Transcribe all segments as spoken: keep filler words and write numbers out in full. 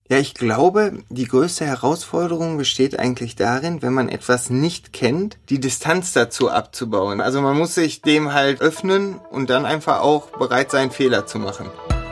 Ja, ich glaube, die größte Herausforderung besteht eigentlich darin, wenn man etwas nicht kennt, die Distanz dazu abzubauen. Also man muss sich dem halt öffnen und dann einfach auch bereit sein, Fehler zu machen.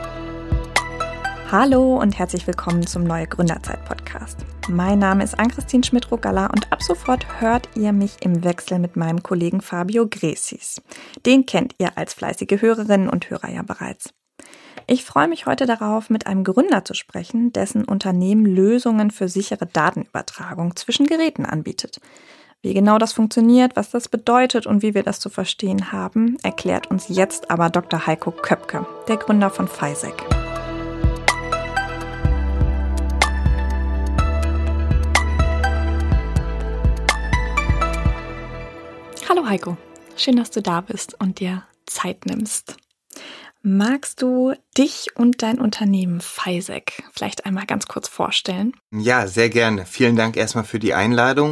Hallo und herzlich willkommen zum Neue Gründerzeit-Podcast. Mein Name ist Ann-Christine Schmidt-Ruckala und ab sofort hört ihr mich im Wechsel mit meinem Kollegen Fabio Gresis. Den kennt ihr als fleißige Hörerinnen und Hörer ja bereits. Ich freue mich heute darauf, mit einem Gründer zu sprechen, dessen Unternehmen Lösungen für sichere Datenübertragung zwischen Geräten anbietet. Wie genau das funktioniert, was das bedeutet und wie wir das zu verstehen haben, erklärt uns jetzt aber Doktor Heiko Köpke, der Gründer von Physec. Hallo Heiko, schön, dass du da bist und dir Zeit nimmst. Magst du dich und dein Unternehmen Physec vielleicht einmal ganz kurz vorstellen? Ja, sehr gerne. Vielen Dank erstmal für die Einladung.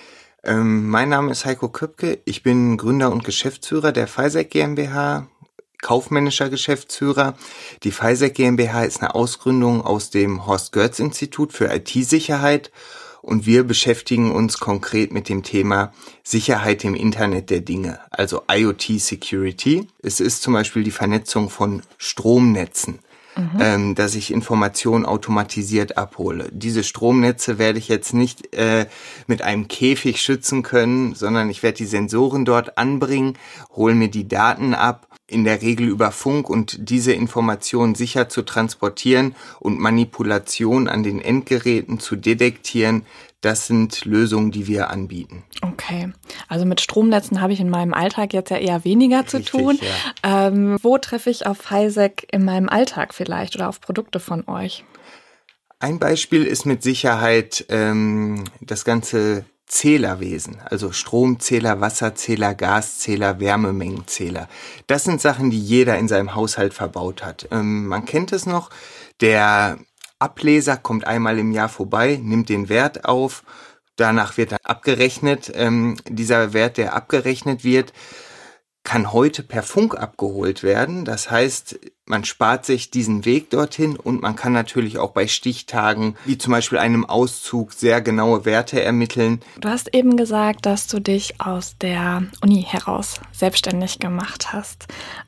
Ähm, mein Name ist Heiko Köpke. Ich bin Gründer und Geschäftsführer der Physec GmbH, kaufmännischer Geschäftsführer. Die Physec GmbH ist eine Ausgründung aus dem Horst-Goerz-Institut für I T-Sicherheit. Und wir beschäftigen uns konkret mit dem Thema Sicherheit im Internet der Dinge, also I O T Security. Es ist zum Beispiel die Vernetzung von Stromnetzen, mhm. ähm, dass ich Informationen automatisiert abhole. Diese Stromnetze werde ich jetzt nicht äh, mit einem Käfig schützen können, sondern ich werde die Sensoren dort anbringen, hole mir die Daten ab, in der Regel über Funk, und diese Informationen sicher zu transportieren und Manipulation an den Endgeräten zu detektieren, das sind Lösungen, die wir anbieten. Okay, also mit Stromnetzen habe ich in meinem Alltag jetzt ja eher weniger zu Richtig, tun. Ja. Ähm, wo treffe ich auf Physec in meinem Alltag vielleicht oder auf Produkte von euch? Ein Beispiel ist mit Sicherheit ähm, das ganze Zählerwesen, also Stromzähler, Wasserzähler, Gaszähler, Wärmemengenzähler. Das sind Sachen, die jeder in seinem Haushalt verbaut hat. Ähm, man kennt es noch, der Ableser kommt einmal im Jahr vorbei, nimmt den Wert auf, danach wird dann abgerechnet. Ähm, dieser Wert, der abgerechnet wird, kann heute per Funk abgeholt werden. Das heißt, man spart sich diesen Weg dorthin und man kann natürlich auch bei Stichtagen, wie zum Beispiel einem Auszug, sehr genaue Werte ermitteln. Du hast eben gesagt, dass du dich aus der Uni heraus selbstständig gemacht hast.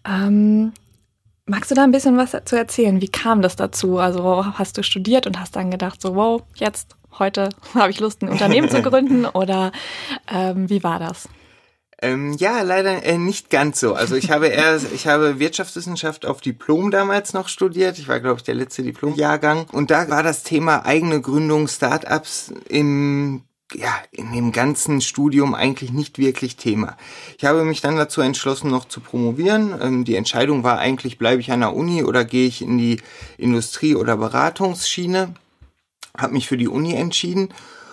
Ähm, magst du da ein bisschen was dazu erzählen? Wie kam das dazu? Also hast du studiert und hast dann gedacht, so wow, jetzt, heute habe ich Lust, ein Unternehmen zu gründen, oder ähm, wie war das? Ähm, ja, leider äh, nicht ganz so. Also ich habe eher, ich habe Wirtschaftswissenschaft auf Diplom damals noch studiert. Ich war, glaube ich, der letzte Diplomjahrgang. Und da war das Thema eigene Gründung, Startups im, ja, in dem ganzen Studium eigentlich nicht wirklich Thema. Ich habe mich dann dazu entschlossen, noch zu promovieren. Ähm, die Entscheidung war eigentlich, bleibe ich an der Uni oder gehe ich in die Industrie- oder Beratungsschiene. Habe mich für die Uni entschieden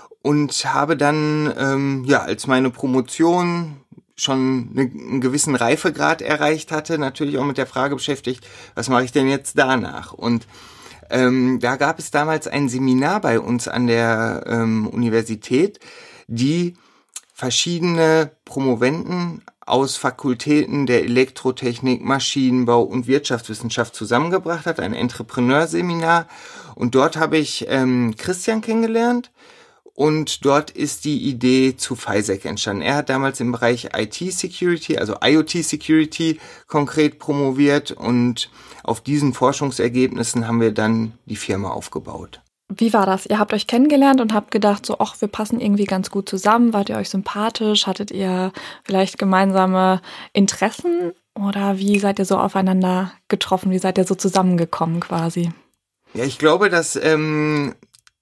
und habe dann, ähm, ja, als meine Promotion schon einen gewissen Reifegrad erreicht hatte, natürlich auch mit der Frage beschäftigt, was mache ich denn jetzt danach? Und ähm, da gab es damals ein Seminar bei uns an der ähm, Universität, die verschiedene Promovenden aus Fakultäten der Elektrotechnik, Maschinenbau und Wirtschaftswissenschaft zusammengebracht hat, ein Entrepreneurseminar. Und dort habe ich ähm, Christian kennengelernt. Und dort ist die Idee zu Physec entstanden. Er hat damals im Bereich I T-Security, also I O T-Security konkret promoviert, und auf diesen Forschungsergebnissen haben wir dann die Firma aufgebaut. Wie war das? Ihr habt euch kennengelernt und habt gedacht, so, ach, wir passen irgendwie ganz gut zusammen. Wart ihr euch sympathisch? Hattet ihr vielleicht gemeinsame Interessen? Oder wie seid ihr so aufeinander getroffen? Wie seid ihr so zusammengekommen quasi? Ja, ich glaube, dass ähm,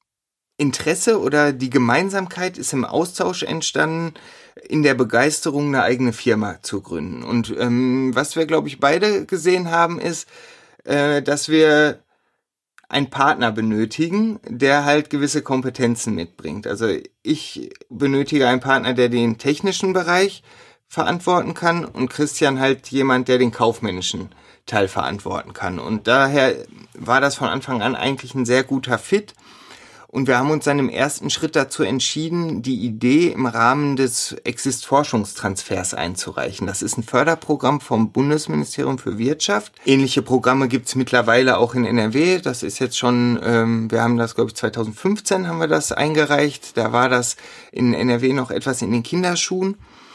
Interesse oder die Gemeinsamkeit ist im Austausch entstanden, in der Begeisterung, eine eigene Firma zu gründen. Und ähm, was wir, glaube ich, beide gesehen haben, ist, äh, dass wir einen Partner benötigen, der halt gewisse Kompetenzen mitbringt. Also ich benötige einen Partner, der den technischen Bereich verantworten kann, und Christian halt jemand, der den kaufmännischen Teil verantworten kann. Und daher war das von Anfang an eigentlich ein sehr guter Fit. Und wir haben uns dann im ersten Schritt dazu entschieden, die Idee im Rahmen des Exist-Forschungstransfers einzureichen. Das ist ein Förderprogramm vom Bundesministerium für Wirtschaft. Ähnliche Programme gibt's mittlerweile auch in N R W. Das ist jetzt schon, ähm, wir haben das, glaube ich, zwanzig fünfzehn haben wir das eingereicht. Da war das in N R W noch etwas in den Kinderschuhen.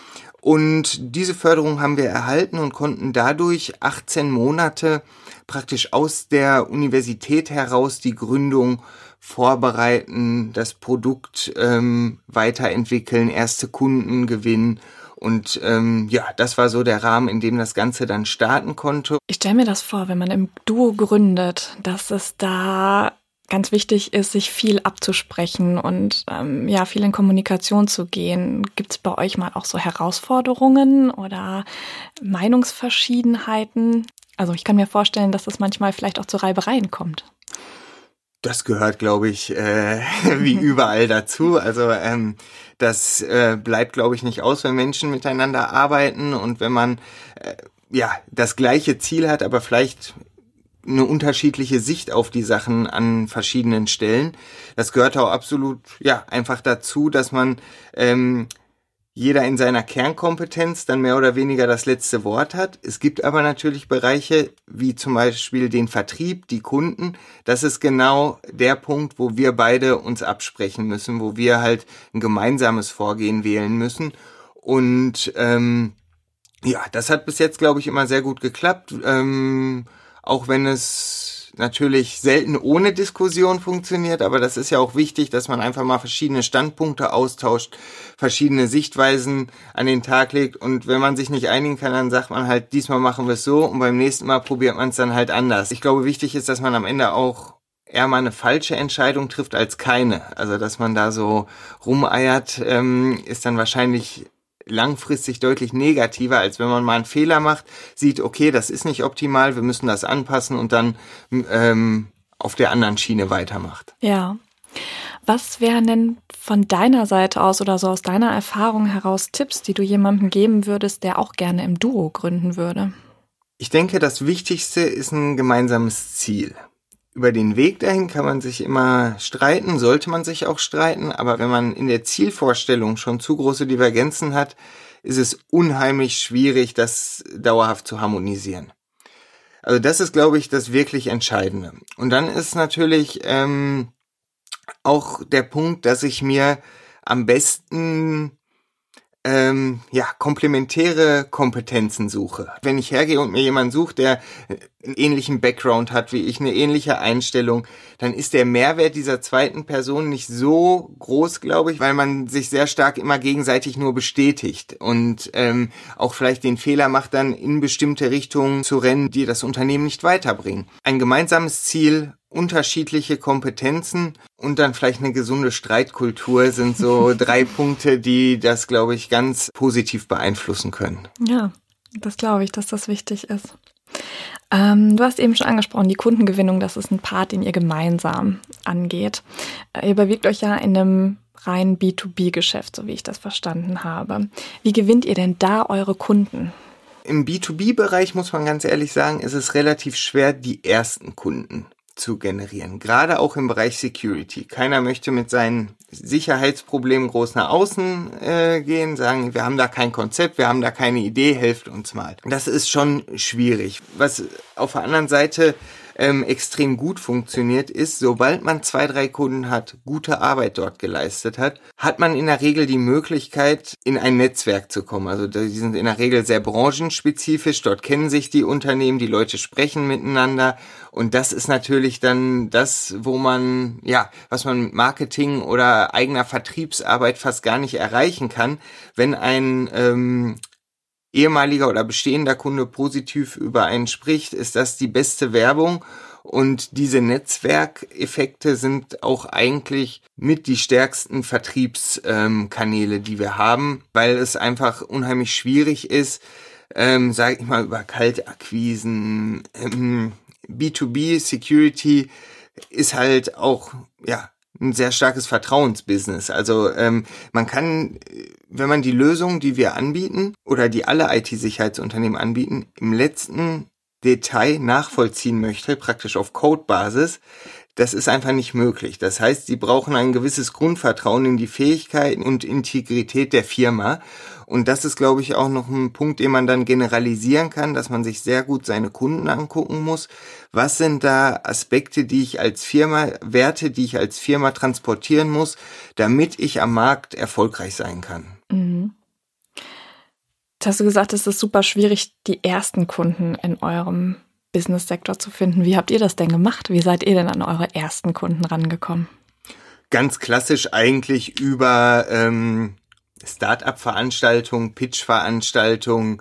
Und diese Förderung haben wir erhalten und konnten dadurch achtzehn Monate praktisch aus der Universität heraus die Gründung vorbereiten, das Produkt ähm, weiterentwickeln, erste Kunden gewinnen. Und ähm, ja, das war so der Rahmen, in dem das Ganze dann starten konnte. Ich stelle mir das vor, wenn man im Duo gründet, dass es da ganz wichtig ist, sich viel abzusprechen und ähm, ja, viel in Kommunikation zu gehen. Gibt es bei euch mal auch so Herausforderungen oder Meinungsverschiedenheiten? Also ich kann mir vorstellen, dass es manchmal vielleicht auch zu Reibereien kommt. Das gehört, glaube ich, äh, wie überall dazu. Also ähm, das äh, bleibt, glaube ich, nicht aus, wenn Menschen miteinander arbeiten und wenn man äh, ja das gleiche Ziel hat, aber vielleicht eine unterschiedliche Sicht auf die Sachen an verschiedenen Stellen. Das gehört auch absolut, ja, einfach dazu, dass man ähm, jeder in seiner Kernkompetenz dann mehr oder weniger das letzte Wort hat. Es gibt aber natürlich Bereiche, wie zum Beispiel den Vertrieb, die Kunden. Das ist genau der Punkt, wo wir beide uns absprechen müssen, wo wir halt ein gemeinsames Vorgehen wählen müssen. Und ähm, ja, das hat bis jetzt, glaube ich, immer sehr gut geklappt. Ähm, Auch wenn es natürlich selten ohne Diskussion funktioniert, aber das ist ja auch wichtig, dass man einfach mal verschiedene Standpunkte austauscht, verschiedene Sichtweisen an den Tag legt und wenn man sich nicht einigen kann, dann sagt man halt, diesmal machen wir es so und beim nächsten Mal probiert man es dann halt anders. Ich glaube, wichtig ist, dass man am Ende auch eher mal eine falsche Entscheidung trifft als keine. Also, dass man da so rumeiert, ähm, ist dann wahrscheinlich langfristig deutlich negativer, als wenn man mal einen Fehler macht, sieht, okay, das ist nicht optimal, wir müssen das anpassen und dann ähm, auf der anderen Schiene weitermacht. Ja. Was wären denn von deiner Seite aus oder so aus deiner Erfahrung heraus Tipps, die du jemandem geben würdest, der auch gerne im Duo gründen würde? Ich denke, das Wichtigste ist ein gemeinsames Ziel. Über den Weg dahin kann man sich immer streiten, sollte man sich auch streiten, aber wenn man in der Zielvorstellung schon zu große Divergenzen hat, ist es unheimlich schwierig, das dauerhaft zu harmonisieren. Also das ist, glaube ich, das wirklich Entscheidende. Und dann ist natürlich ähm, auch der Punkt, dass ich mir am besten ähm, ja komplementäre Kompetenzen suche. Wenn ich hergehe und mir jemanden suche, der einen ähnlichen Background hat wie ich, eine ähnliche Einstellung, dann ist der Mehrwert dieser zweiten Person nicht so groß, glaube ich, weil man sich sehr stark immer gegenseitig nur bestätigt und ähm, auch vielleicht den Fehler macht, dann in bestimmte Richtungen zu rennen, die das Unternehmen nicht weiterbringen. Ein gemeinsames Ziel, unterschiedliche Kompetenzen und dann vielleicht eine gesunde Streitkultur sind so drei Punkte, die das, glaube ich, ganz positiv beeinflussen können. Ja, das glaube ich, dass das wichtig ist. Ähm, du hast eben schon angesprochen, die Kundengewinnung, das ist ein Part, den ihr gemeinsam angeht. Ihr überwiegt euch ja in einem rein B zwei B Geschäft, so wie ich das verstanden habe. Wie gewinnt ihr denn da eure Kunden? Im B zwei B Bereich muss man ganz ehrlich sagen, ist es relativ schwer, die ersten Kunden zu generieren. Gerade auch im Bereich Security. Keiner möchte mit seinen Sicherheitsproblemen groß nach außen äh, gehen, sagen, wir haben da kein Konzept, wir haben da keine Idee, helft uns mal. Das ist schon schwierig. Was auf der anderen Seite ähm, extrem gut funktioniert, ist, sobald man zwei, drei Kunden hat, gute Arbeit dort geleistet hat, hat man in der Regel die Möglichkeit, in ein Netzwerk zu kommen. Also die sind in der Regel sehr branchenspezifisch, dort kennen sich die Unternehmen, die Leute sprechen miteinander und das ist natürlich dann das, wo man, ja, was man mit Marketing oder eigener Vertriebsarbeit fast gar nicht erreichen kann, wenn ein ähm, ehemaliger oder bestehender Kunde positiv über einen spricht, ist das die beste Werbung und diese Netzwerkeffekte sind auch eigentlich mit die stärksten Vertriebskanäle, ähm, die wir haben, weil es einfach unheimlich schwierig ist, ähm, sage ich mal, über Kaltakquisen, ähm, B zwei B Security ist halt auch, ja, ein sehr starkes Vertrauensbusiness. Also ähm, man kann, wenn man die Lösung, die wir anbieten oder die alle I T-Sicherheitsunternehmen anbieten, im letzten Detail nachvollziehen möchte, praktisch auf Codebasis, Das ist einfach nicht möglich. Das heißt, sie brauchen ein gewisses Grundvertrauen in die Fähigkeiten und Integrität der Firma. Und das ist, glaube ich, auch noch ein Punkt, den man dann generalisieren kann, dass man sich sehr gut seine Kunden angucken muss. Was sind da Aspekte, die ich als Firma, Werte, die ich als Firma transportieren muss, damit ich am Markt erfolgreich sein kann? Mhm. Jetzt hast du gesagt, es ist super schwierig, die ersten Kunden in eurem Business-Sektor zu finden. Wie habt ihr das denn gemacht? Wie seid ihr denn an eure ersten Kunden rangekommen? Ganz klassisch eigentlich über ähm, Start-up-Veranstaltungen, Pitch-Veranstaltungen,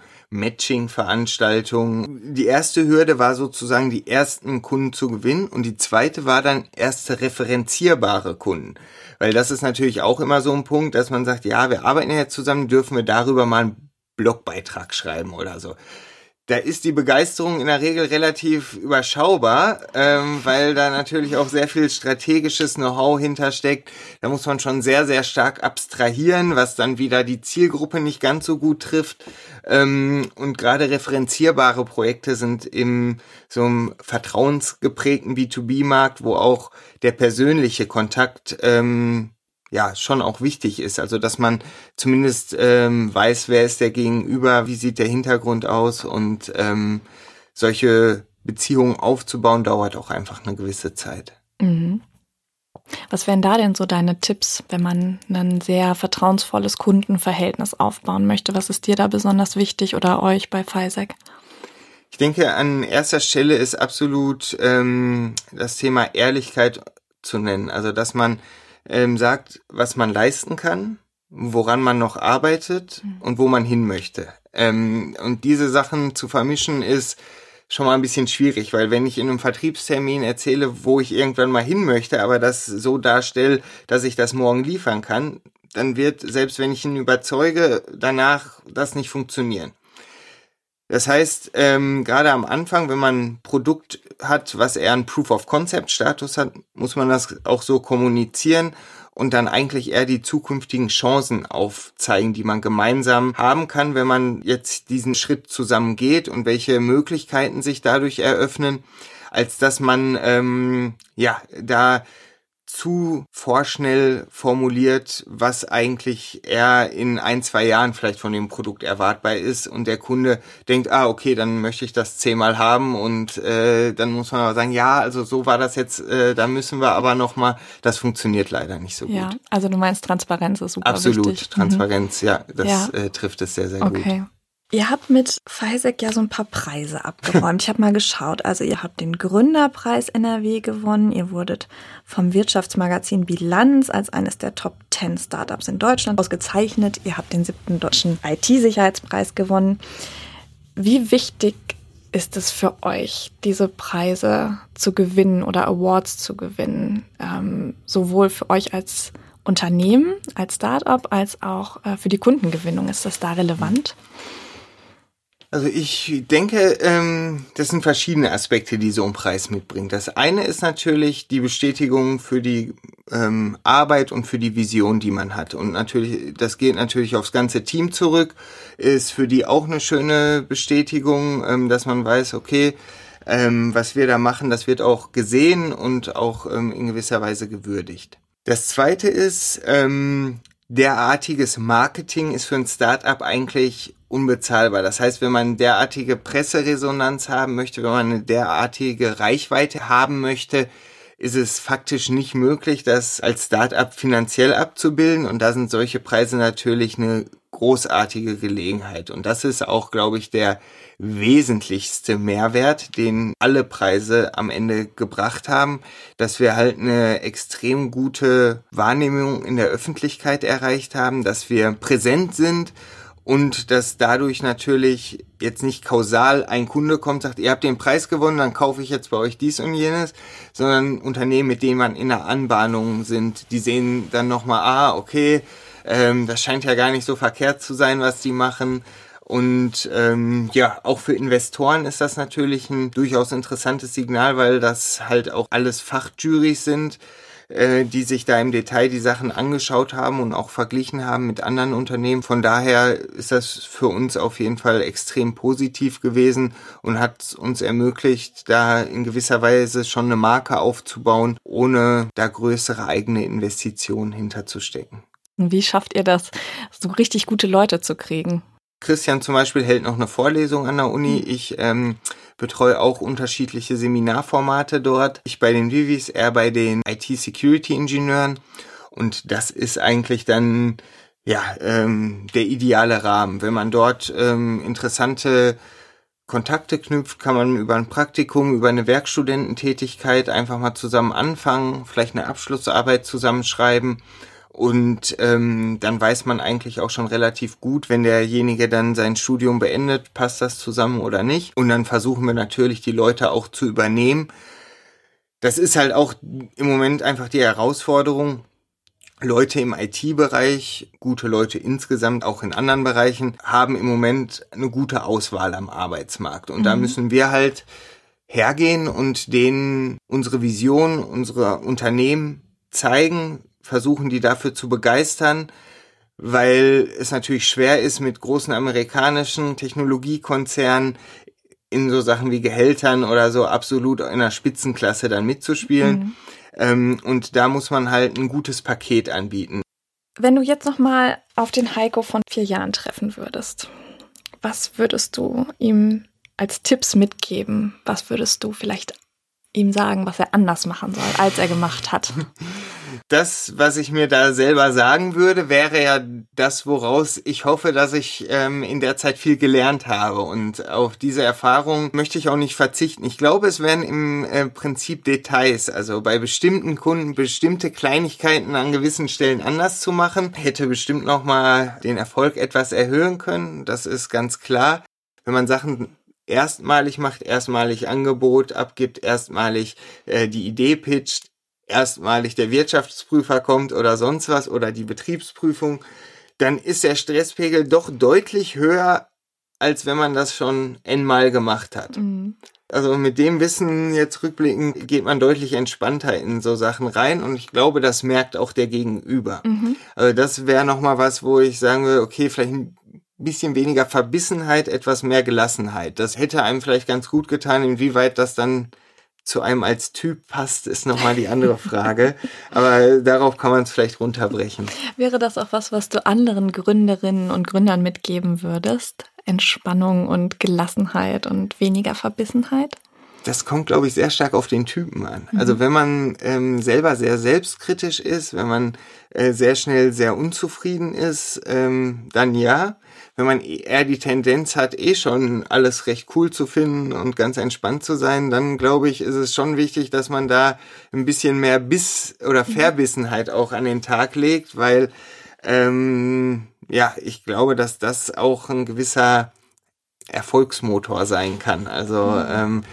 Matching-Veranstaltungen. Die erste Hürde war sozusagen, die ersten Kunden zu gewinnen, und die zweite war dann erste referenzierbare Kunden. Weil das ist natürlich auch immer so ein Punkt, dass man sagt, ja, wir arbeiten ja jetzt zusammen, dürfen wir darüber mal einen Blogbeitrag schreiben oder so. Da ist die Begeisterung in der Regel relativ überschaubar, ähm, weil da natürlich auch sehr viel strategisches Know-how hintersteckt. Da muss man schon sehr, sehr stark abstrahieren, was dann wieder die Zielgruppe nicht ganz so gut trifft. Ähm, und gerade referenzierbare Projekte sind im so einem vertrauensgeprägten B zwei B-Markt, wo auch der persönliche Kontakt ähm, ja schon auch wichtig ist, also dass man zumindest ähm, weiß, wer ist der Gegenüber, wie sieht der Hintergrund aus, und ähm, solche Beziehungen aufzubauen, dauert auch einfach eine gewisse Zeit. Mhm. Was wären da denn so deine Tipps, wenn man ein sehr vertrauensvolles Kundenverhältnis aufbauen möchte? Was ist dir da besonders wichtig oder euch bei FISEC? Ich denke, an erster Stelle ist absolut ähm, das Thema Ehrlichkeit zu nennen, also dass man Ähm, sagt, was man leisten kann, woran man noch arbeitet und wo man hin möchte. Ähm, und diese Sachen zu vermischen ist schon mal ein bisschen schwierig, weil wenn ich in einem Vertriebstermin erzähle, wo ich irgendwann mal hin möchte, aber das so darstelle, dass ich das morgen liefern kann, dann wird, selbst wenn ich ihn überzeuge, danach das nicht funktionieren. Das heißt, ähm, gerade am Anfang, wenn man ein Produkt hat, was eher einen Proof-of-Concept-Status hat, muss man das auch so kommunizieren und dann eigentlich eher die zukünftigen Chancen aufzeigen, die man gemeinsam haben kann, wenn man jetzt diesen Schritt zusammen geht, und welche Möglichkeiten sich dadurch eröffnen, als dass man ähm, ja da zu vorschnell formuliert, was eigentlich eher in ein, zwei Jahren vielleicht von dem Produkt erwartbar ist, und der Kunde denkt, ah, okay, dann möchte ich das zehnmal haben, und äh, dann muss man aber sagen, ja, also so war das jetzt, äh, da müssen wir aber nochmal, das funktioniert leider nicht so ja, gut. Ja, also du meinst, Transparenz ist super Absolut, wichtig. Transparenz, mhm. ja, das ja. Äh, trifft es sehr, sehr okay. gut. Ihr habt mit FISEC ja so ein paar Preise abgeräumt. Ich habe mal geschaut. Also ihr habt den Gründerpreis N R W gewonnen. Ihr wurdet vom Wirtschaftsmagazin Bilanz als eines der Top zehn Startups in Deutschland ausgezeichnet. Ihr habt den siebten deutschen I T-Sicherheitspreis gewonnen. Wie wichtig ist es für euch, diese Preise zu gewinnen oder Awards zu gewinnen? Ähm, sowohl für euch als Unternehmen, als Startup, als auch äh, für die Kundengewinnung. Ist das da relevant? Also ich denke, ähm, das sind verschiedene Aspekte, die so ein Preis mitbringt. Das eine ist natürlich die Bestätigung für die ähm, Arbeit und für die Vision, die man hat. Und natürlich, das geht natürlich aufs ganze Team zurück, ist für die auch eine schöne Bestätigung, ähm, dass man weiß, okay, ähm, was wir da machen, das wird auch gesehen und auch ähm, in gewisser Weise gewürdigt. Das zweite ist, ähm, derartiges Marketing ist für ein Startup eigentlich unbezahlbar. Das heißt, wenn man derartige Presseresonanz haben möchte, wenn man eine derartige Reichweite haben möchte, ist es faktisch nicht möglich, das als Startup finanziell abzubilden. Und da sind solche Preise natürlich eine großartige Gelegenheit. Und das ist auch, glaube ich, der wesentlichste Mehrwert, den alle Preise am Ende gebracht haben, dass wir halt eine extrem gute Wahrnehmung in der Öffentlichkeit erreicht haben, dass wir präsent sind und dass dadurch natürlich jetzt nicht kausal ein Kunde kommt, sagt, ihr habt den Preis gewonnen, dann kaufe ich jetzt bei euch dies und jenes, sondern Unternehmen, mit denen man in der Anbahnung sind, die sehen dann nochmal, ah, okay, ähm, das scheint ja gar nicht so verkehrt zu sein, was die machen. Und ähm, ja, auch für Investoren ist das natürlich ein durchaus interessantes Signal, weil das halt auch alles Fachjurys sind, äh, die sich da im Detail die Sachen angeschaut haben und auch verglichen haben mit anderen Unternehmen. Von daher ist das für uns auf jeden Fall extrem positiv gewesen und hat uns ermöglicht, da in gewisser Weise schon eine Marke aufzubauen, ohne da größere eigene Investitionen hinterzustecken. Wie schafft ihr das, so richtig gute Leute zu kriegen? Christian zum Beispiel hält noch eine Vorlesung an der Uni. Ich ähm, betreue auch unterschiedliche Seminarformate dort. Ich bei den Vivis, er bei den I T-Security-Ingenieuren. Und das ist eigentlich dann ja ähm, der ideale Rahmen. Wenn man dort ähm, interessante Kontakte knüpft, kann man über ein Praktikum, über eine Werkstudententätigkeit einfach mal zusammen anfangen, vielleicht eine Abschlussarbeit zusammenschreiben. Und ähm, dann weiß man eigentlich auch schon relativ gut, wenn derjenige dann sein Studium beendet, passt das zusammen oder nicht. Und dann versuchen wir natürlich, die Leute auch zu übernehmen. Das ist halt auch im Moment einfach die Herausforderung. Leute im I T-Bereich, gute Leute insgesamt, auch in anderen Bereichen, haben im Moment eine gute Auswahl am Arbeitsmarkt. Und mhm. da müssen wir halt hergehen und denen unsere Vision, unsere Unternehmen zeigen, versuchen die dafür zu begeistern, weil es natürlich schwer ist, mit großen amerikanischen Technologiekonzernen in so Sachen wie Gehältern oder so absolut in der Spitzenklasse dann mitzuspielen. Mhm. Ähm, und da muss man halt ein gutes Paket anbieten. Wenn du jetzt nochmal auf den Heiko von vier Jahren treffen würdest, was würdest du ihm als Tipps mitgeben? Was würdest du vielleicht ihm sagen, was er anders machen soll, als er gemacht hat? Das, was ich mir da selber sagen würde, wäre ja das, woraus ich hoffe, dass ich ähm, in der Zeit viel gelernt habe. Und auf diese Erfahrung möchte ich auch nicht verzichten. Ich glaube, es wären im äh, Prinzip Details. Also bei bestimmten Kunden bestimmte Kleinigkeiten an gewissen Stellen anders zu machen, hätte bestimmt nochmal den Erfolg etwas erhöhen können. Das ist ganz klar. Wenn man Sachen erstmalig macht, erstmalig Angebot abgibt, erstmalig äh, die Idee pitcht, erstmalig der Wirtschaftsprüfer kommt oder sonst was oder die Betriebsprüfung, dann ist der Stresspegel doch deutlich höher, als wenn man das schon n-mal gemacht hat. Mhm. Also mit dem Wissen jetzt rückblickend geht man deutlich entspannter in so Sachen rein und ich glaube, das merkt auch der Gegenüber. Mhm. Also das wäre nochmal was, wo ich sagen würde, okay, vielleicht ein bisschen weniger Verbissenheit, etwas mehr Gelassenheit. Das hätte einem vielleicht ganz gut getan, inwieweit das dann zu einem als Typ passt, ist nochmal die andere Frage. Aber darauf kann man es vielleicht runterbrechen. Wäre das auch was, was du anderen Gründerinnen und Gründern mitgeben würdest? Entspannung und Gelassenheit und weniger Verbissenheit? Das kommt, glaube ich, sehr stark auf den Typen an. Mhm. Also wenn man ähm, selber sehr selbstkritisch ist, wenn man äh, sehr schnell sehr unzufrieden ist, ähm, dann ja. Wenn man eher die Tendenz hat, eh schon alles recht cool zu finden und ganz entspannt zu sein, dann glaube ich, ist es schon wichtig, dass man da ein bisschen mehr Biss oder Verbissenheit auch an den Tag legt, weil ähm, ja, ich glaube, dass das auch ein gewisser Erfolgsmotor sein kann. Also ähm,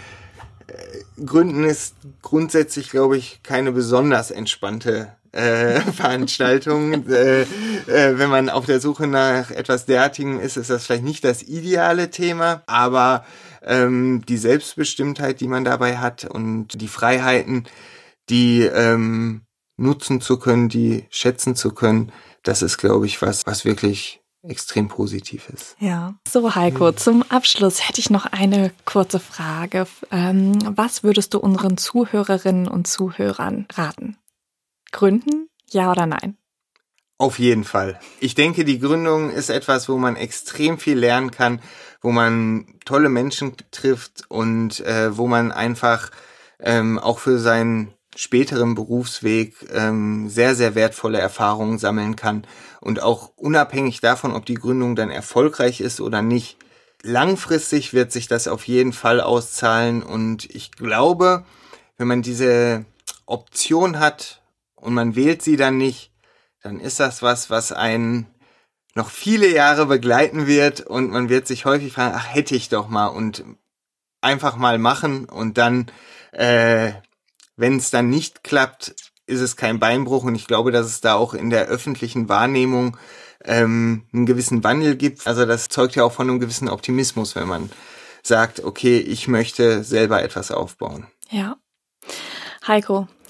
Gründen ist grundsätzlich, glaube ich, keine besonders entspannte äh, Veranstaltung. äh, äh, wenn man auf der Suche nach etwas derartigem ist, ist das vielleicht nicht das ideale Thema, aber ähm, die Selbstbestimmtheit, die man dabei hat und die Freiheiten, die ähm, nutzen zu können, die schätzen zu können, das ist, glaube ich, was, was wirklich extrem positiv ist. Ja. So, Heiko, zum Abschluss hätte ich noch eine kurze Frage. Ähm, was würdest du unseren Zuhörerinnen und Zuhörern raten? Gründen, ja oder nein? Auf jeden Fall. Ich denke, die Gründung ist etwas, wo man extrem viel lernen kann, wo man tolle Menschen trifft und äh, wo man einfach ähm, auch für seinen späteren Berufsweg ähm, sehr, sehr wertvolle Erfahrungen sammeln kann und auch unabhängig davon, ob die Gründung dann erfolgreich ist oder nicht. Langfristig wird sich das auf jeden Fall auszahlen und ich glaube, wenn man diese Option hat, und man wählt sie dann nicht, dann ist das was, was einen noch viele Jahre begleiten wird und man wird sich häufig fragen, ach, hätte ich doch mal und einfach mal machen und dann, äh, wenn es dann nicht klappt, ist es kein Beinbruch und ich glaube, dass es da auch in der öffentlichen Wahrnehmung ähm, einen gewissen Wandel gibt. Also das zeugt ja auch von einem gewissen Optimismus, wenn man sagt, okay, ich möchte selber etwas aufbauen. Ja. Heiko,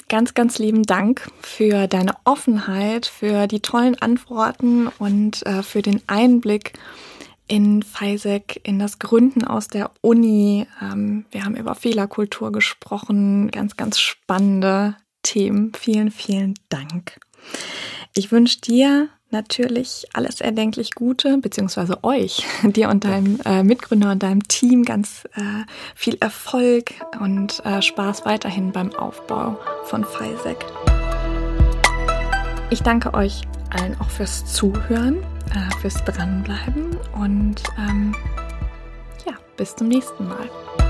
ganz, ganz lieben Dank für deine Offenheit, für die tollen Antworten und äh, für den Einblick in FISEC, in das Gründen aus der Uni. Ähm, wir haben über Fehlerkultur gesprochen, ganz, ganz spannende Themen. Vielen, vielen Dank. Ich wünsche dir natürlich alles erdenklich Gute, beziehungsweise euch, dir und deinem äh, Mitgründer und deinem Team ganz äh, viel Erfolg und äh, Spaß weiterhin beim Aufbau von FISEC. Ich danke euch allen auch fürs Zuhören, äh, fürs Dranbleiben und ähm, ja, bis zum nächsten Mal.